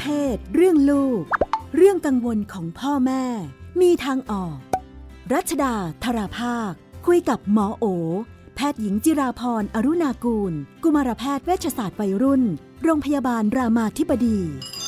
เพศเรื่องลูกเรื่องกังวลของพ่อแม่มีทางออกรัชดาธราภาคคุยกับหมอโอแพทย์หญิงจิราพรอรุณากูลกุมารแพทย์เวชศาสตร์วัยรุ่นโรงพยาบาลรามาธิบดี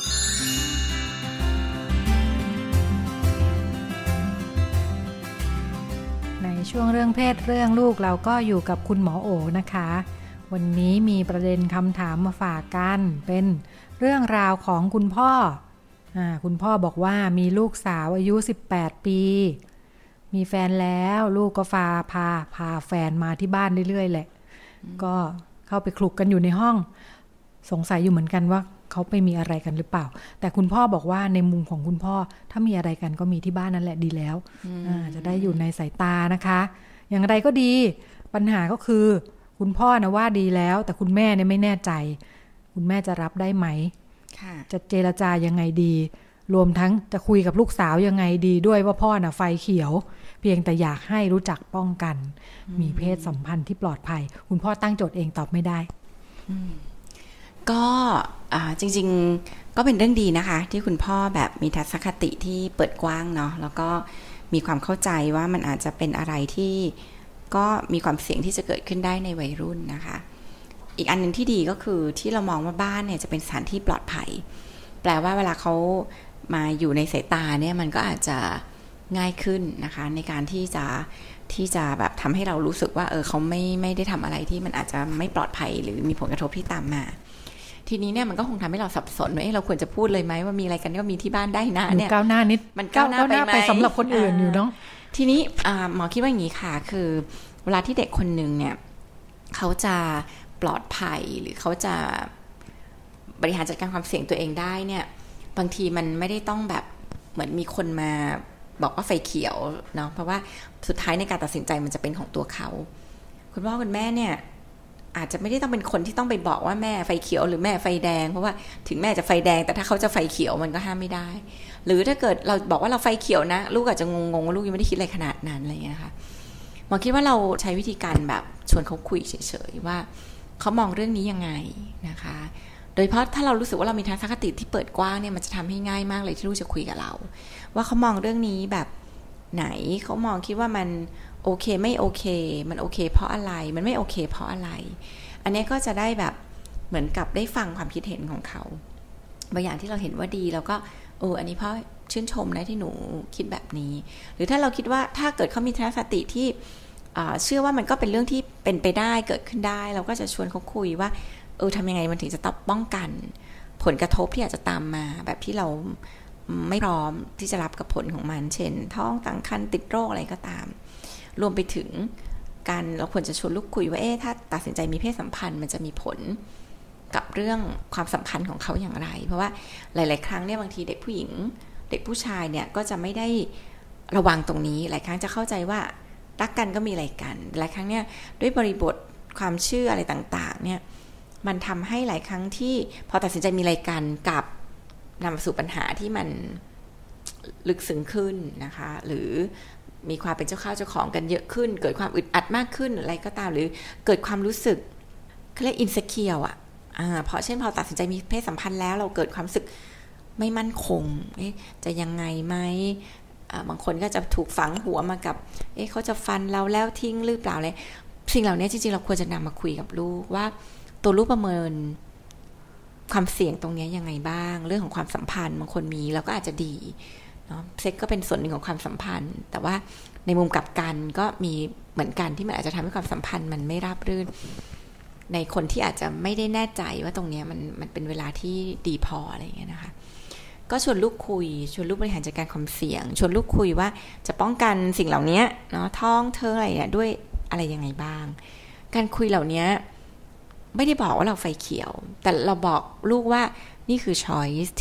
ในช่วงเรื่องเพศเรื่องลูกเราก็อยู่กับคุณหมอโอนะคะวันนี้มีประเด็นคำถามมาฝากกันเป็นเรื่องราวของคุณพ่อคุณพ่อบอกว่ามีลูกสาวอายุ18ปีมีแฟนแล้วลูกก็พาแฟนมาที่บ้านเรื่อยๆแหละก็เข้าไปคลุกกันอยู่ในห้องสงสัยอยู่เหมือนกันว่าเขาไปมีอะไรกันหรือเปล่าแต่คุณพ่อบอกว่าในมุมของคุณพ่อถ้ามีอะไรกันก็มีที่บ้านนั่นแหละดีแล้วจะได้อยู่ในสายตานะคะอย่างไรก็ดีปัญหาก็คือคุณพ่อนะว่าดีแล้วแต่คุณแม่เนี่ยไม่แน่ใจคุณแม่จะรับได้ไหมจะเจรจายังไงดีรวมทั้งจะคุยกับลูกสาวยังไงดีด้วยว่าพ่อน่ะไฟเขียวเพียงแต่อยากให้รู้จักป้องกันมีเพศสัมพันธ์ที่ปลอดภัยคุณพ่อตั้งโจทย์เองตอบไม่ได้ก็จริงๆก็เป็นเรื่องดีนะคะที่คุณพ่อแบบมีทัศนคติที่เปิดกว้างเนาะแล้วก็มีความเข้าใจว่ามันอาจจะเป็นอะไรที่ก็มีความเสี่ยงที่จะเกิดขึ้นได้ในวัยรุ่นนะคะอีกอันนึงที่ดีก็คือที่เรามองว่าบ้านเนี่ยจะเป็นสถานที่ปลอดภัยแปลว่าเวลาเขามาอยู่ในสายตาเนี่ยมันก็อาจจะง่ายขึ้นนะคะในการที่จะแบบทำให้เรารู้สึกว่าเขาไม่ได้ทำอะไรที่มันอาจจะไม่ปลอดภัยหรือมีผลกระทบที่ตามมาทีนี้เนี่ยมันก็คงทำให้เราสับสนว่าเราควรจะพูดเลยไหมว่ามีอะไรกันก็มีที่บ้านได้นะเนี่ยก้าวหน้านิดมันก้าวหน้าไปสำหรับคนอื่นอยู่เนาะทีนี้หมอคิดว่าอย่างนี้ค่ะคือเวลาที่เด็กคนนึงเนี่ยเขาจะปลอดภัยหรือเขาจะบริหารจัดการความเสี่ยงตัวเองได้เนี่ยบางทีมันไม่ได้ต้องแบบเหมือนมีคนมาบอกว่าไฟเขียวเนาะเพราะว่าสุดท้ายในการตัดสินใจมันจะเป็นของตัวเขาคุณพ่อคุณแม่เนี่ยอาจจะไม่ได้ต้องเป็นคนที่ต้องไปบอกว่าแม่ไฟเขียวหรือแม่ไฟแดงเพราะว่าถึงแม่จะไฟแดงแต่ถ้าเขาจะไฟเขียวมันก็ห้ามไม่ได้หรือถ้าเกิดเราบอกว่าเราไฟเขียวนะลูกอาจจะงงว่าลูกยังไม่ได้คิดอะไรขนาดนั้นอะไรอย่างเงี้ยค่ะหมอคิดว่าเราใช้วิธีการแบบชวนเขาคุยเฉยๆว่าเขามองเรื่องนี้ยังไงนะคะโดยเฉพาะถ้าเรารู้สึกว่าเรามีทัศนคติที่เปิดกว้างเนี่ยมันจะทำให้ง่ายมากเลยที่ลูกจะคุยกับเราว่าเขามองเรื่องนี้แบบไหนเขามองคิดว่ามันโอเคไม่โอเคมันโอเคเพราะอะไรมันไม่โอเคเพราะอะไรอันนี้ก็จะได้แบบเหมือนกับได้ฟังความคิดเห็นของเขาบางอย่างที่เราเห็นว่าดีเราก็อันนี้พ่อชื่นชมนะที่หนูคิดแบบนี้หรือถ้าเราคิดว่าถ้าเกิดเขามีทัศนคติที่เชื่อว่ามันก็เป็นเรื่องที่เป็นไปได้เกิดขึ้นได้เราก็จะชวนเขาคุยว่าทำยังไงมันถึงจะต้องป้องกันผลกระทบที่อาจจะตามมาแบบที่เราไม่พร้อมที่จะรับกับผลของมันเช่นท้องตั้งครรภ์ติดโรคอะไรก็ตามรวมไปถึงการเราควรจะชวนลูกคุยว่าถ้าตัดสินใจมีเพศสัมพันธ์มันจะมีผลกับเรื่องความสัมพันธ์ของเขาอย่างไรเพราะว่าหลายๆครั้งเนี่ยบางทีเด็กผู้หญิงเด็กผู้ชายเนี่ยก็จะไม่ได้ระวังตรงนี้หลายครั้งจะเข้าใจว่ารักกันก็มีอะไรกันหลายครั้งเนี่ยด้วยบริบทความเชื่ออะไรต่างๆเนี่ยมันทำให้หลายครั้งที่พอตัดสินใจมีอะไรกันกับนำมาสู่ปัญหาที่มันลึกซึ้งขึ้นนะคะหรือมีความเป็นเจ้าข้าวเจ้าของกันเยอะขึ้นเกิดความอึดอัดมากขึ้นอะไรก็ตามหรือเกิดความรู้สึกเขาเรียกอินเซเคียวเพราะเช่นพอตัดสินใจมีเพศสัมพันธ์แล้วเราเกิดความรู้สึกไม่มั่นคงจะยังไงไหมบางคนก็จะถูกฝังหัวมากับเขาจะฟันเราแล้วทิ้งหรือเปล่าเลยสิ่งเหล่านี้จริงๆเราควรจะนำมาคุยกับลูกว่าตัวลูกประเมินความเสี่ยงตรงนี้ยังไงบ้างเรื่องของความสัมพันธ์บางคนมีแล้วก็อาจจะดีเนาะเซ็กก็เป็นส่วนหนึ่งของความสัมพันธ์แต่ว่าในมุมกลับกันก็มีเหมือนกันที่มันอาจจะทำให้ความสัมพันธ์มันไม่ราบรื่นในคนที่อาจจะไม่ได้แน่ใจว่าตรงนี้มันเป็นเวลาที่ดีพออะไรอย่างเงี้ยนะคะก็ชวนลูกคุยชวนลูกบริหารจัดการความเสี่ยงชวนลูกคุยว่าจะป้องกันสิ่งเหล่านี้เนาะท้องเธออะไรเนี่ยด้วยอะไรยังไงบ้างการคุยเหล่านี้ไม่ได้บอกว่าเราไฟเขียวแต่เราบอกลูกว่านี่คือ choice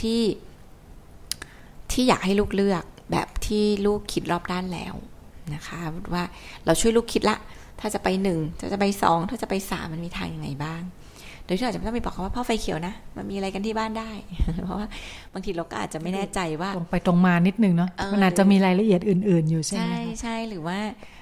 ที่อยากให้ลูกเลือกแบบที่ลูกคิดรอบด้านแล้วนะคะว่าเราช่วยลูกคิดละถ้าจะไป1ถ้าจะไป2ถ้าจะไป3มันมีทางยังไงบ้างโดยที่อาจจะไม่ต้องไปบอกเขาว่าพ่อไฟเขียวนะมันมีอะไรกันที่บ้านได้เพราะว่าบางทีเราก็อาจจะไม่แน่ใจว่าตรงไปตรงมานิดนึงเนาะมันอาจจะมีรายละเอียดอื่นๆอยู่ใช่ไหมใช่หรือว่า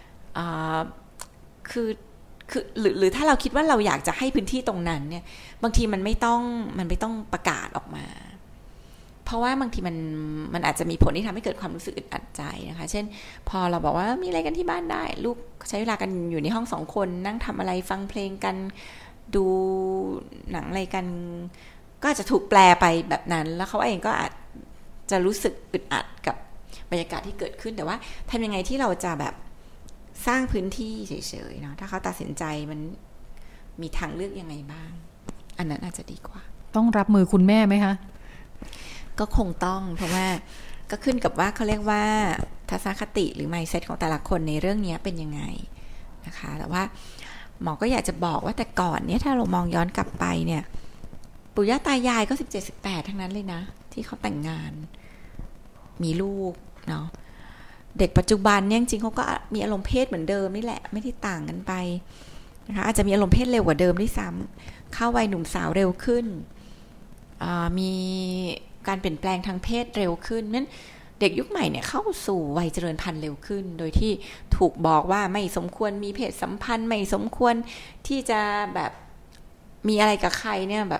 คือหรือถ้าเราคิดว่าเราอยากจะให้พื้นที่ตรงนั้นเนี่ยบางทีมันไม่ต้องประกาศออกมาเพราะว่าบางทีมันอาจจะมีผลที่ทำให้เกิดความรู้สึกอึดอัดใจนะคะเช่นพอเราบอกว่ามีอะไรกันที่บ้านได้ลูกใช้เวลากันอยู่ในห้อง2 คนนั่งทำอะไรฟังเพลงกันดูหนังอะไรกันก็อาจจะถูกแปลไปแบบนั้นแล้วเขาเองก็อาจจะรู้สึกอึดอัดกับบรรยากาศที่เกิดขึ้นแต่ว่าทำยังไงที่เราจะแบบสร้างพื้นที่เฉยๆเนาะถ้าเขาตัดสินใจมันมีทางเลือกยังไงบ้างอันนั้นอาจจะดีกว่าต้องรับมือคุณแม่ไหมคะก็คงต้องเพราะว่าก็ขึ้นกับว่าเขาเรียกว่าทัศนคติหรือ mindset ของแต่ละคนในเรื่องนี้เป็นยังไงนะคะแต่ว่าหมอก็อยากจะบอกว่าแต่ก่อนเนี่ยถ้าเรามองย้อนกลับไปเนี่ยปู่ย่าตายายก็17-18ทั้งนั้นเลยนะที่เขาแต่งงานมีลูกเนาะเด็กปัจจุบันเนี่ยจริงๆเขาก็มีอารมณ์เพศเหมือนเดิมนี่แหละไม่ได้ต่างกันไปนะคะอาจจะมีอารมณ์เพศเร็วกว่าเดิมด้วยซ้ำเข้าวัยหนุ่มสาวเร็วขึ้นมีการเปลี่ยนแปลงทางเพศเร็วขึ้นนั้นเด็กยุคใหม่เนี่ยเข้าสู่วัยเจริญพันธุ์เร็วขึ้นโดยที่ถูกบอกว่าไม่สมควรมีเพศสัมพันธ์ไม่สมควรที่จะแบบมีอะไรกับใครเนี่ยแบบ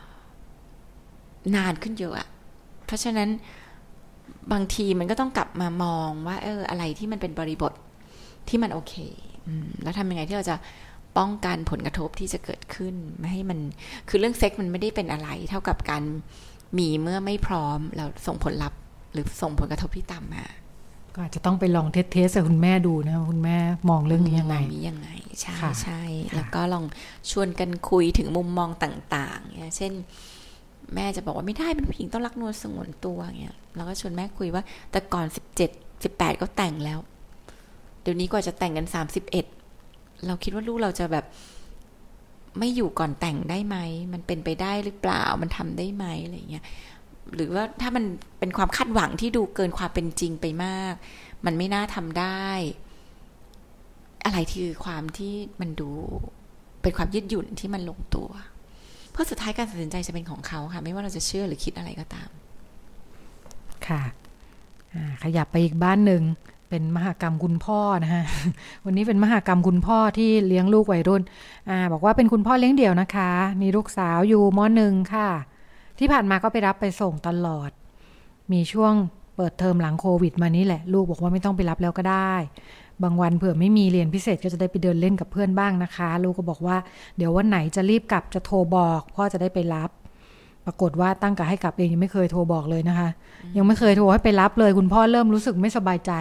นานขึ้นเยอะอะเพราะฉะนั้นบางทีมันก็ต้องกลับมามองว่าอะไรที่มันเป็นบริบทที่มันโอเคแล้วทำยังไงที่เราจะป้องกันผลกระทบที่จะเกิดขึ้นไม่ให้มันคือเรื่องเซ็กมันไม่ได้เป็นอะไรเท่ากับการมีเมื่อไม่พร้อมแล้วส่งผลลัพธ์หรือส่งผลกระทบที่ตามมาก็อาจจะต้องไปลองเทสกับคุณแม่ดูนะคุณแม่มองเรื่องนี้ยังไงใช่ใช่แล้วก็ลองชวนกันคุยถึงมุมมองต่างๆเนี่ยเช่นแม่จะบอกว่าไม่ได้เป็นผู้หญิงต้องรักนวลสงวนตัวเนี่ยเราก็ชวนแม่คุยว่าแต่ก่อน17-18ก็แต่งแล้วเดี๋ยวนี้กว่าจะแต่งกัน31เราคิดว่าลูกเราจะแบบไม่อยู่ก่อนแต่งได้ไหมมันเป็นไปได้หรือเปล่ามันทำได้ไหมอะไรเงี้ยหรือว่าถ้ามันเป็นความคาดหวังที่ดูเกินความเป็นจริงไปมากมันไม่น่าทำได้อะไรคือความที่มันดูเป็นความยืดหยุ่นที่มันลงตัวเพราะสุดท้ายการตัดสินใจจะเป็นของเขาค่ะไม่ว่าเราจะเชื่อหรือคิดอะไรก็ตามค่ะขยับไปอีกบ้านหนึ่งเป็นมหกรรมคุณพ่อนะฮะวันนี้เป็นมหกรรมคุณพ่อที่เลี้ยงลูกวัยรุ่นบอกว่าเป็นคุณพ่อเลี้ยงเดี่ยวนะคะมีลูกสาวอยู่ม.1 ค่ะที่ผ่านมาก็ไปรับไปส่งตลอดมีช่วงเปิดเทอมหลังโควิดมานี้แหละลูกบอกว่าไม่ต้องไปรับแล้วก็ได้บางวันเผื่อไม่มีเรียนพิเศษก็จะได้ไปเดินเล่นกับเพื่อนบ้างนะคะลูกก็บอกว่าเดี๋ยววันไหนจะรีบกลับจะโทรบอกพ่อจะได้ไปรับปรากฏว่าตั้งแต่ให้กลับเองยังไม่เคยโทรบอกเลยนะคะยังไม่เคยโทรให้ไปรับเลยคุณพ่อเริ่มรู้สึกไม่สบายใจ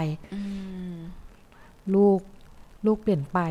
ลูกเปลี่ยนไป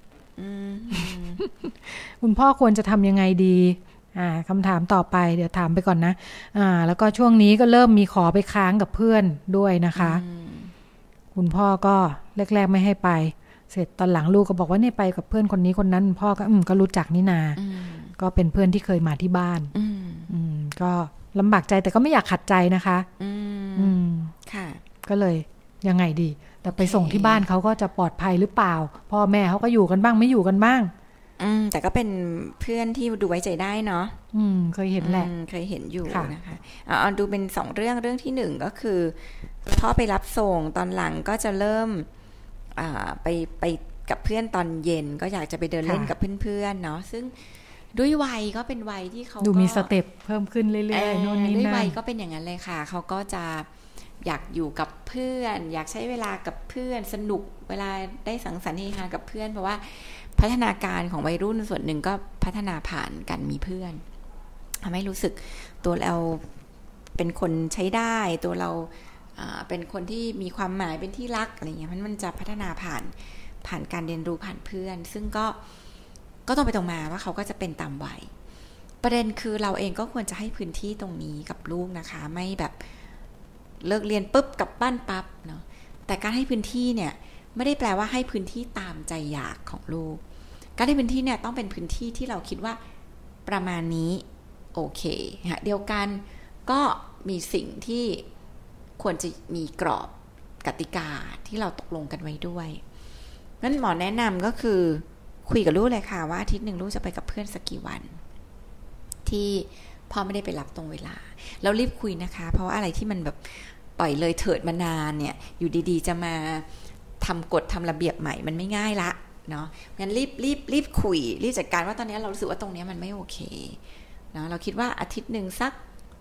คุณพ่อควรจะทำยังไงดีคำถามต่อไปเดี๋ยวถามไปก่อนนะแล้วก็ช่วงนี้ก็เริ่มมีขอไปค้างกับเพื่อนด้วยนะคะคุณพ่อก็แรกๆไม่ให้ไปเสร็จตอนหลังลูกก็บอกว่าเนี่ยไปกับเพื่อนคนนี้คนนั้นพ่อก็รู้จักนี่นาก็เป็นเพื่อนที่เคยมาที่บ้านก็ลำบากใจแต่ก็ไม่อยากขัดใจนะคะค่ะก็เลยยังไงดีแต่ไปส่งที่บ้านเขาก็จะปลอดภัยหรือเปล่าพ่อแม่เขาก็อยู่กันบ้างไม่อยู่กันบ้างแต่ก็เป็นเพื่อนที่ดูไว้ใจได้เนาะเคยเห็นแหละเคยเห็นอยู่นะคะเอาดูเป็น2เรื่องที่1ก็คือพ่อไปรับส่งตอนหลังก็จะเริ่มไปกับเพื่อนตอนเย็นก็อยากจะไปเดินเล่นกับเพื่อนๆเนาะซึ่งด้วยวัยก็เป็นวัยที่เขาดูมีสเต็ปเพิ่มขึ้นเรื่อยๆโน่นนี่นั่นด้วยวัยก็เป็นอย่างนั้นเลยค่ะเขาก็จะอยากอยู่กับเพื่อนอยากใช้เวลากับเพื่อนสนุกเวลาได้สังสรรค์เฮฮากับเพื่อนเพราะว่าพัฒนาการของวัยรุ่นส่วนหนึ่งก็พัฒนาผ่านกันมีเพื่อนทำให้รู้สึกตัวเราเป็นคนใช้ได้ตัวเราเป็นคนที่มีความหมายเป็นที่รักอะไรเงี้ยมันจะพัฒนาผ่านการเรียนรู้ผ่านเพื่อนซึ่งก็ต้องไปตรงมาว่าเขาก็จะเป็นตามวัยประเด็นคือเราเองก็ควรจะให้พื้นที่ตรงนี้กับลูกนะคะไม่แบบเลิกเรียนปุ๊บกลับบ้านปั๊บเนาะแต่การให้พื้นที่เนี่ยไม่ได้แปลว่าให้พื้นที่ตามใจอยากของลูกการให้พื้นที่เนี่ยต้องเป็นพื้นที่ที่เราคิดว่าประมาณนี้โอเคเดียวกันก็มีสิ่งที่ควรจะมีกรอบกติกาที่เราตกลงกันไว้ด้วยงั้นหมอแนะนำก็คือคุยกับลูกเลยค่ะว่าอาทิตย์นึงลูกจะไปกับเพื่อนสักกี่วันที่พ่อไม่ได้ไปรับตรงเวลาแล้วรีบคุยนะคะเพราะว่าอะไรที่มันแบบปล่อยเลยเถิดมานานเนี่ยอยู่ดีๆจะมาทำกฎทำระเบียบใหม่มันไม่ง่ายละเนาะงั้นรีบคุยรีบจัดการว่าตอนนี้เรารู้สึกว่าตรงนี้มันไม่โอเคนะเราคิดว่าอาทิตย์นึงสัก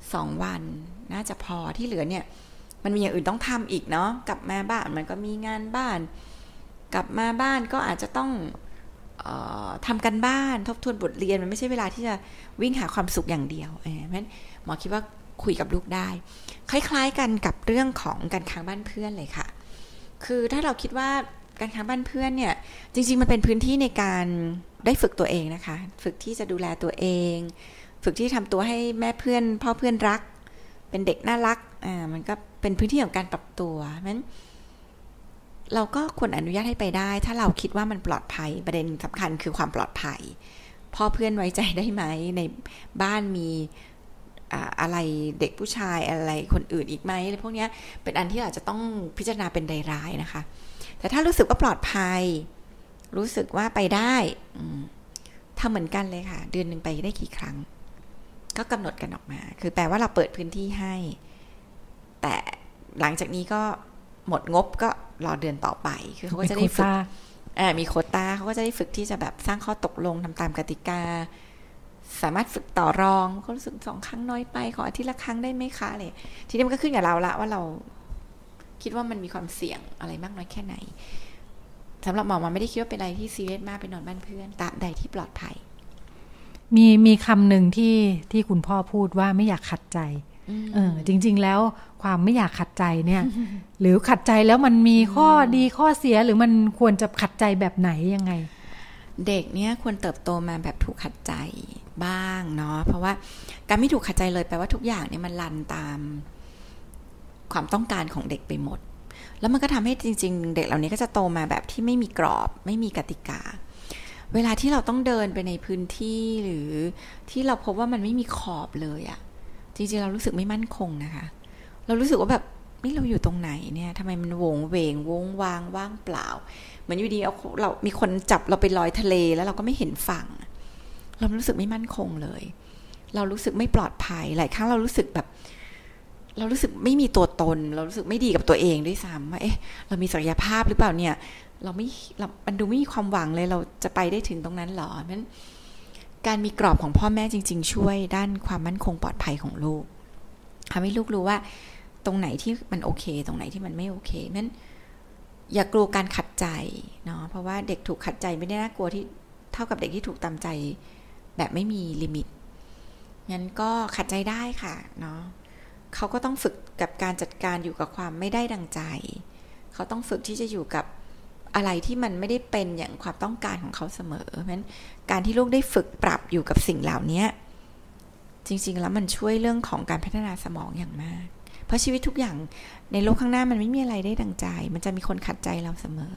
2 วันน่าจะพอที่เหลือเนี่ยมันมีอย่างอื่นต้องทำอีกเนาะกลับมาบ้านมันก็มีงานบ้านกลับมาบ้านก็อาจจะต้องทำกันบ้านทบทวนบทเรียนมันไม่ใช่เวลาที่จะวิ่งหาความสุขอย่างเดียวเพราะฉะนั้นหมอคิดว่าคุยกับลูกได้คล้ายๆกันกับเรื่องของการค้างบ้านเพื่อนเลยค่ะคือถ้าเราคิดว่าการค้างบ้านเพื่อนเนี่ยจริงๆมันเป็นพื้นที่ในการได้ฝึกตัวเองนะคะฝึกที่จะดูแลตัวเองฝึกที่ทำตัวให้แม่เพื่อนพ่อเพื่อนรักเป็นเด็กน่ารักมันก็เป็นพื้นที่ของการปรับตัวงั้นเราก็ควรอนุญาตให้ไปได้ถ้าเราคิดว่ามันปลอดภัยประเด็นสำคัญคือความปลอดภัยพ่อเพื่อนไว้ใจได้ไหมในบ้านมีอะไรเด็กผู้ชายอะไรคนอื่นอีกไหมอะไรพวกนี้เป็นอันที่อาจจะต้องพิจารณาเป็นรายๆนะคะแต่ถ้ารู้สึกว่าปลอดภัยรู้สึกว่าไปได้ทำเหมือนกันเลยค่ะเดือนนึงไปได้กี่ครั้งก็กำหนดกันออกมาคือแปลว่าเราเปิดพื้นที่ให้แต่หลังจากนี้ก็หมดงบก็รอเดือนต่อไปคือเขาก็จะได้ฝึกมีโควต้าเขาก็จะได้ฝึกที่จะแบบสร้างข้อตกลงทำตามกติกาสามารถฝึกต่อรองเขารู้สึก2 ครั้งน้อยไปขออาทิตย์ละครั้งได้ไหมคะอะไรทีนี้มันก็ขึ้นกับเราละว่าเราคิดว่ามันมีความเสี่ยงอะไรมากน้อยแค่ไหนสำหรับหมอไม่ได้คิดว่าเป็นอะไรที่ซีเรียสมากไปนอนบ้านเพื่อนตราบใดที่ปลอดภัยมีคำหนึ่งที่คุณพ่อพูดว่าไม่อยากขัดใจจริงๆแล้วความไม่อยากขัดใจเนี่ย หรือขัดใจแล้วมันมีข้อดีข้อเสียหรือมันควรจะขัดใจแบบไหนยังไงเด็กเนี่ยควรเติบโตมาแบบถูกขัดใจบ้างเนาะเพราะว่าการไม่ถูกขัดใจเลยแปลว่าทุกอย่างเนี่ยมันรันตามความต้องการของเด็กไปหมดแล้วมันก็ทำให้จริงๆเด็กเหล่านี้ก็จะโตมาแบบที่ไม่มีกรอบไม่มีกติกาเวลาที่เราต้องเดินไปในพื้นที่หรือที่เราพบว่ามันไม่มีขอบเลยอะจริงๆเรารู้สึกไม่มั่นคงนะคะเรารู้สึกว่าแบบนี่เราอยู่ตรงไหนเนี่ยทำไมมันโวงเวงวงวางว่างเปล่าเหมือนอยู่ดีเรามีคนจับเราไปลอยทะเลแล้วเราก็ไม่เห็นฝั่งเรารู้สึกไม่มั่นคงเลยเรารู้สึกไม่ปลอดภัยหลายครั้งเรารู้สึกแบบเรารู้สึกไม่มีตัวตนเรารู้สึกไม่ดีกับตัวเองด้วยซ้ำว่าเรามีศักยภาพหรือเปล่าเนี่ยมันดูไม่มีความหวังเลยเราจะไปได้ถึงตรงนั้นหรอเพราะฉะนั้นการมีกรอบของพ่อแม่จริงๆช่วยด้านความมั่นคงปลอดภัยของลูกทำให้ลูกรู้ว่าตรงไหนที่มันโอเคตรงไหนที่มันไม่โอเคนั้นอย่ากลัวการขัดใจเนาะเพราะว่าเด็กถูกขัดใจไม่ได้น่ากลัวที่เท่ากับเด็กที่ถูกตามใจแบบไม่มีลิมิตงั้นก็ขัดใจได้ค่ะเนาะเขาก็ต้องฝึกกับการจัดการอยู่กับความไม่ได้ดังใจเขาต้องฝึกที่จะอยู่กับอะไรที่มันไม่ได้เป็นอย่างความต้องการของเขาเสมอเพราะฉะนั้นการที่ลูกได้ฝึกปรับอยู่กับสิ่งเหล่านี้จริงๆแล้วมันช่วยเรื่องของการพัฒนาสมองอย่างมากเพราะชีวิตทุกอย่างในโลกข้างหน้ามันไม่มีอะไรได้ดังใจมันจะมีคนขัดใจเราเสมอ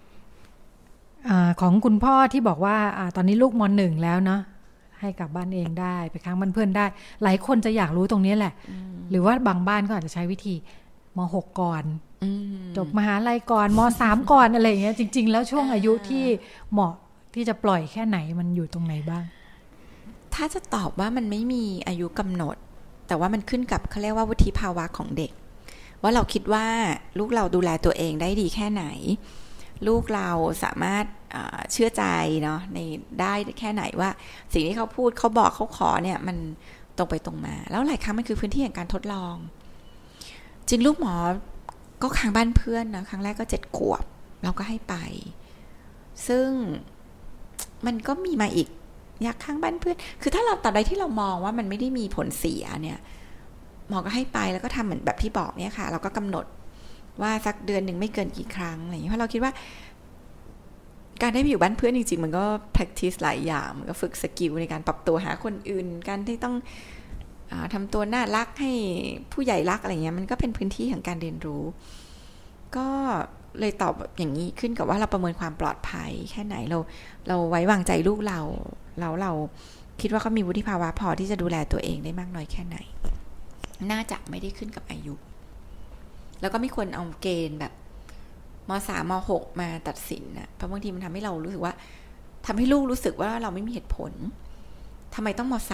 ของคุณพ่อที่บอกว่าตอนนี้ลูกม.1 แล้วเนาะให้กลับบ้านเองได้ไปค้างบ้านเพื่อนได้หลายคนจะอยากรู้ตรงนี้แหละหรือว่าบางบ้านก็อาจจะใช้วิธีม.6 ก่อนจบมหาลัยก่อนม.3 ก่อนอะไรอย่างเงี้ยจริงๆแล้วช่วงอายุที่เหมาะที่จะปล่อยแค่ไหนมันอยู่ตรงไหนบ้างถ้าจะตอบว่ามันไม่มีอายุกำหนดแต่ว่ามันขึ้นกับเขาเรียกว่าวุฒิภาวะของเด็กว่าเราคิดว่าลูกเราดูแลตัวเองได้ดีแค่ไหนลูกเราสามารถเชื่อใจเนาะในได้แค่ไหนว่าสิ่งที่เขาพูดเขาบอกเขาขอเนี่ยมันตรงไปตรงมาแล้วหลายครั้งมันคือพื้นที่แห่งการทดลองจริงลูกหมอก็ค้างบ้านเพื่อนนะครั้งแรกก็7 ขวบเราก็ให้ไปซึ่งมันก็มีมาอีกอยากค้างบ้านเพื่อนคือถ้าเราตัดใดที่เรามองว่ามันไม่ได้มีผลเสียเนี่ยหมอก็ให้ไปแล้วก็ทำเหมือนแบบที่บอกเนี่ยค่ะเราก็กำหนดว่าสักเดือนหนึ่งไม่เกินกี่ครั้งอะไรอย่างนี้เพราะเราคิดว่าการได้ไปอยู่บ้านเพื่อนจริงๆมันก็ practice หลายอย่างมันก็ฝึกสกิลในการปรับตัวหาคนอื่นการที่ต้องทำตัวน่ารักให้ผู้ใหญ่รักอะไรเงี้ยมันก็เป็นพื้นที่ของการเรียนรู้ก็เลยตอบอย่างนี้ขึ้นกับว่าเราประเมินความปลอดภัยแค่ไหนเราไว้วางใจลูกเราแล้วเราคิดว่าเขามีวุฒิภาวะพอที่จะดูแลตัวเองได้มากน้อยแค่ไหนน่าจะไม่ได้ขึ้นกับอายุแล้วก็ไม่ควรเอาเกณฑ์แบบม.3 ม.6 มาตัดสินนะเพราะบางทีมันทำให้เรารู้สึกว่าทำให้ลูกรู้สึกว่าเราไม่มีเหตุผลทำไมต้องม.3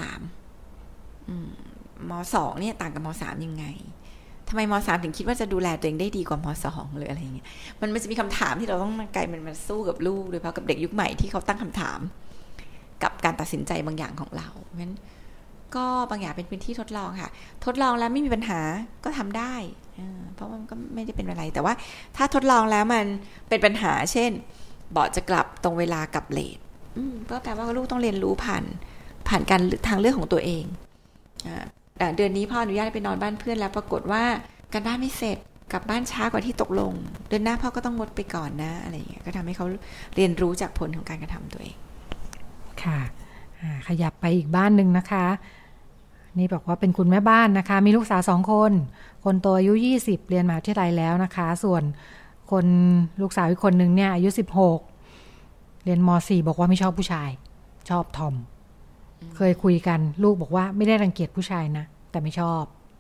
ม.2 เนี่ยต่างกับม.3 ยังไงทำไมม.3 ถึงคิดว่าจะดูแลตัวเองได้ดีกว่าม.2 หรืออะไรเงี้ยมันจะมีคำถามที่เราต้องไกลมันมาสู้กับลูกโดยเฉพาะกับเด็กยุคใหม่ที่เขาตั้งคำถามกับการตัดสินใจบางอย่างของเราเพราะฉะนั้นก็บางอย่างเป็นพื้นที่ทดลองค่ะทดลองแล้วไม่มีปัญหาก็ทำได้เพราะว่ามันก็ไม่ได้เป็นอะไรแต่ว่าถ้าทดลองแล้วมันเป็นปัญหาเช่นบอสจะกลับตรงเวลากับเลทก็แปลว่าลูกต้องเรียนรู้ผ่านการทางเลือกของตัวเองเดือนนี้พ่ออนุญาตไปนอนบ้านเพื่อนแล้วปรากฏว่าการบ้านไม่เสร็จกลับบ้านช้ากว่าที่ตกลงเดือนหน้าพ่อก็ต้องงดไปก่อนนะอะไรอย่างเงี้ยก็ทำให้เขาเรียนรู้จากผลของการกระทำตัวเองค่ะขยับไปอีกบ้านหนึ่งนะคะนี่บอกว่าเป็นคุณแม่บ้านนะคะมีลูกสาว2 คนคนโตอายุ20เรียนมหาวิทยาลัยแล้วนะคะส่วนคนลูกสาวอีกคนนึงเนี่ยอายุ16เรียนม.4 บอกว่าไม่ชอบผู้ชายชอบทอมเคยคุยกันลูกบอกว่าไม่ได้รังเกียจผู้ชายนะแต่ไม่ชอบ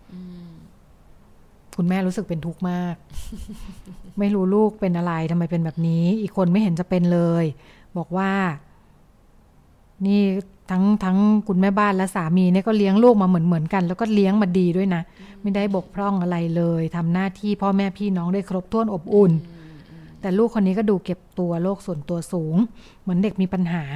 คุณแม่รู้สึกเป็นทุกข์มาก ไม่รู้ลูกเป็นอะไรทำไมเป็นแบบนี้อีกคนไม่เห็นจะเป็นเลยบอกว่านี่ทั้งคุณแม่บ้านและสามีเนี่ยก็เลี้ยงลูกมาเหมือนกันแล้วก็เลี้ยงมาดีด้วยนะไม่ได้บกพร่องอะไรเลยทำหน้าที่พ่อแม่พี่น้องได้ครบถ้วนอบอุ่นแต่ลูกคนนี้ก็ดูเก็บตัวโลกส่วนตัวสูงเหมือนเด็กมีปัญหา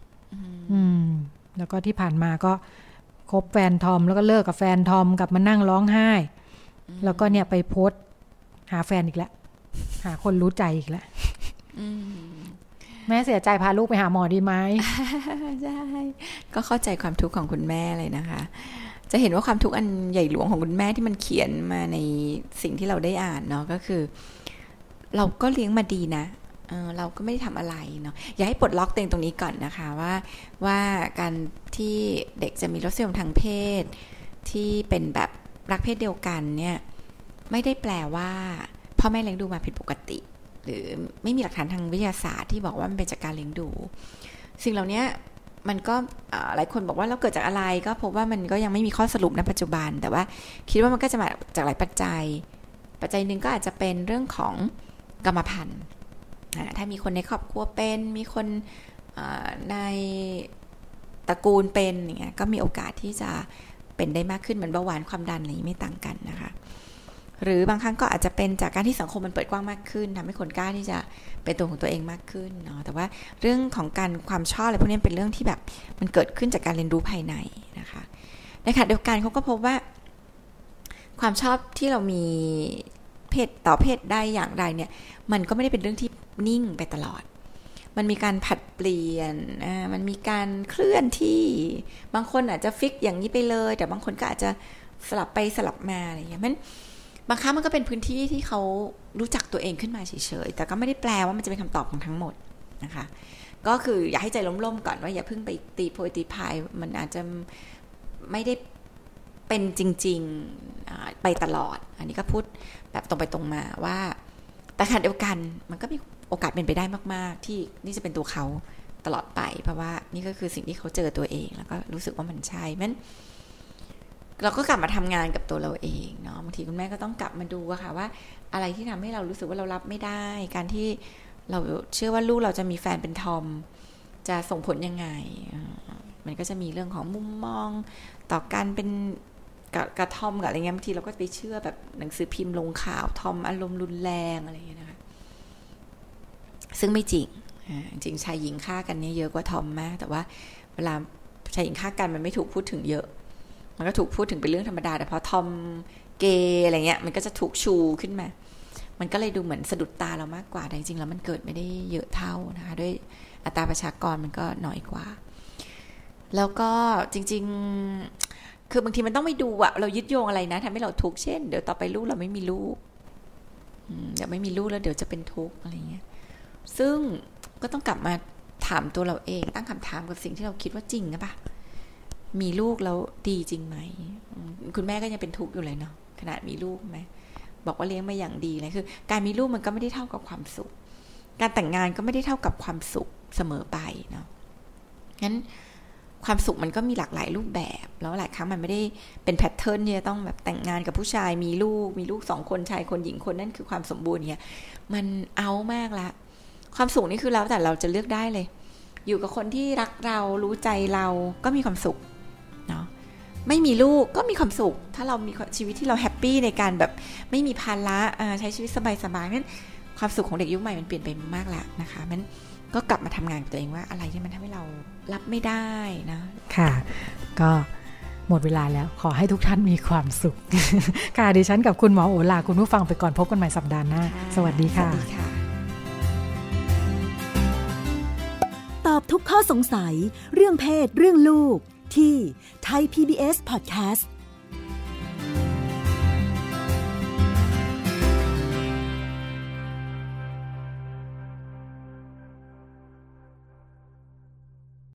แล้วก็ที่ผ่านมาก็คบแฟนทอมแล้วก็เลิกกับแฟนทอมกลับมานั่งร้องไห้แล้วก็เนี่ยไปโพสต์หาแฟนอีกแล้วหาคนรู้ใจอีกแล้วแม่เสียใจพาลูกไปหาหมอดีไหมใช่ก็เข้าใจความทุกข์ของคุณแม่เลยนะคะจะเห็นว่าความทุกข์อันใหญ่หลวงของคุณแม่ที่มันเขียนมาในสิ่งที่เราได้อ่านเนาะก็คือเราก็เลี้ยงมาดีนะเราก็ไม่ได้ทำอะไรเนาะอย่าให้ปลดล็อกตัวเองตรงนี้ก่อนนะคะว่าการที่เด็กจะมีรสนิยมทางเพศที่เป็นแบบรักเพศเดียวกันเนี่ยไม่ได้แปลว่าพ่อแม่เลี้ยงดูมาผิดปกติหรือไม่มีหลักฐานทางวิทยาศาสตร์ที่บอกว่ามันเป็นจากการเลี้ยงดูสิ่งเหล่านี้มันก็หลายคนบอกว่าเราเกิดจากอะไรก็พบว่ามันก็ยังไม่มีข้อสรุปในปัจจุบันแต่ว่าคิดว่ามันก็จะมาจากหลายปัจจัยหนึ่งก็อาจจะเป็นเรื่องของกรรมพันธุ์ถ้ามีคนในครอบครัวเป็นมีคนในตระกูลเป็นอย่างเงี้ยก็มีโอกาสที่จะเป็นได้มากขึ้นเหมือนเบาหวานความดันอะไรไม่ต่างกันนะคะหรือบางครั้งก็อาจจะเป็นจากการที่สังคมมันเปิดกว้างมากขึ้นทำให้คนกล้าที่จะเป็นตัวของตัวเองมากขึ้นเนาะแต่ว่าเรื่องของการความชอบอะไรพวกนี้เป็นเรื่องที่แบบมันเกิดขึ้นจากการเรียนรู้ภายในนะคะในขณะเดียวกันเขาก็พบว่าความชอบที่เรามีเพศต่อเพศได้อย่างไรเนี่ยมันก็ไม่ได้เป็นเรื่องที่นิ่งไปตลอดมันมีการผัดเปลี่ยนมันมีการเคลื่อนที่บางคนอาจจะฟิกอย่างนี้ไปเลยแต่บางคนก็อาจจะสลับไปสลับมาอะไรอย่างเงี้ยมันบางครั้งมันก็เป็นพื้นที่ที่เขารู้จักตัวเองขึ้นมาเฉยๆแต่ก็ไม่ได้แปลว่ามันจะเป็นคำตอบของทั้งหมดนะคะก็คืออย่าให้ใจล้มๆก่อนว่าอย่าเพิ่งไปตีโพยตีพายมันอาจจะไม่ได้เป็นจริงๆไปตลอดอันนี้ก็พูดแบบตรงไปตรงมาว่าแต่ขณะเดียวกันมันก็มีโอกาสเป็นไปได้มากๆที่นี่จะเป็นตัวเขาตลอดไปเพราะว่านี่ก็คือสิ่งที่เขาเจอตัวเองแล้วก็รู้สึกว่ามันใช่มันเราก็กลับมาทำงานกับตัวเราเองเนาะบางทีคุณแม่ก็ต้องกลับมาดูค่ะว่าอะไรที่ทำให้เรารู้สึกว่าเรารับไม่ได้การที่เราเชื่อว่าลูกเราจะมีแฟนเป็นทอมจะส่งผลยังไงมันก็จะมีเรื่องของมุมมองต่อการเป็นกระทอมกับอะไรเงี้ยบางทีเราก็ไปเชื่อแบบหนังสือพิมพ์ลงข่าวทอมอารมณ์รุนแรงอะไรอย่างเงี้ยนะคะซึ่งไม่จริงจริงชายหญิงฆ่ากันเนี่ยเยอะกว่าทอมมากแต่ว่าเวลาชายหญิงฆ่ากันมันไม่ถูกพูดถึงเยอะมันก็ถูกพูดถึงเป็นเรื่องธรรมดาแต่พอทอมเกย์อะไรเงี้ยมันก็จะถูกชูขึ้นมามันก็เลยดูเหมือนสะดุดตาเรามากกว่าแต่จริงๆแล้วมันเกิดไม่ได้เยอะเท่านะคะด้วยอัตราประชากรมันก็น้อยกว่าแล้วก็จริงๆคือบางทีมันต้องไปดูอะเรายึดโยงอะไรนะทำให้เราทุกข์เช่นเดี๋ยวต่อไปลูกเราไม่มีลูกเดี๋ยวไม่มีลูกแล้วเดี๋ยวจะเป็นทุกข์อะไรเงี้ยซึ่งก็ต้องกลับมาถามตัวเราเองตั้งคำถามกับสิ่งที่เราคิดว่าจริงนะปะมีลูกแล้วดีจริงไหมคุณแม่ก็ยังเป็นทุกข์อยู่เลยเนาะขนาดมีลูกไหมบอกว่าเลี้ยงมาอย่างดีเลยคือการมีลูกมันก็ไม่ได้เท่ากับความสุขการแต่งงานก็ไม่ได้เท่ากับความสุขเสมอไปเนาะงั้นความสุขมันก็มีหลากหลายรูปแบบแล้วหลายครั้งมันไม่ได้เป็นแพทเทิร์นที่จะต้องแบบแต่งงานกับผู้ชายมีลูก2คนชายคนหญิงคนนั่นคือความสมบูรณ์เนี่ยมันเอามากละความสุขนี่คือแล้วแต่เราจะเลือกได้เลยอยู่กับคนที่รักเรารู้ใจเราก็มีความสุขเนาะไม่มีลูกก็มีความสุขถ้าเรามีชีวิตที่เราแฮปปี้ในการแบบไม่มีภาระใช้ชีวิตสบายๆนั้นความสุขของเด็กยุคใหม่มันเปลี่ยนไปมากแล้วนะคะมันก็กลับมาทำงานกับตัวเองว่าอะไรที่มันทำให้เรารับไม่ได้นะค่ะก็หมดเวลาแล้วขอให้ทุกท่านมีความสุข ค่ะดิฉันกับคุณหมอโอลาคุณผู้ฟังไปก่อนพบกันใหม่สัปดาห์หน้าสวัสดีค่ะตอบทุกข้อสงสัยเรื่องเพศเรื่องลูกที่ Thai PBS Podcast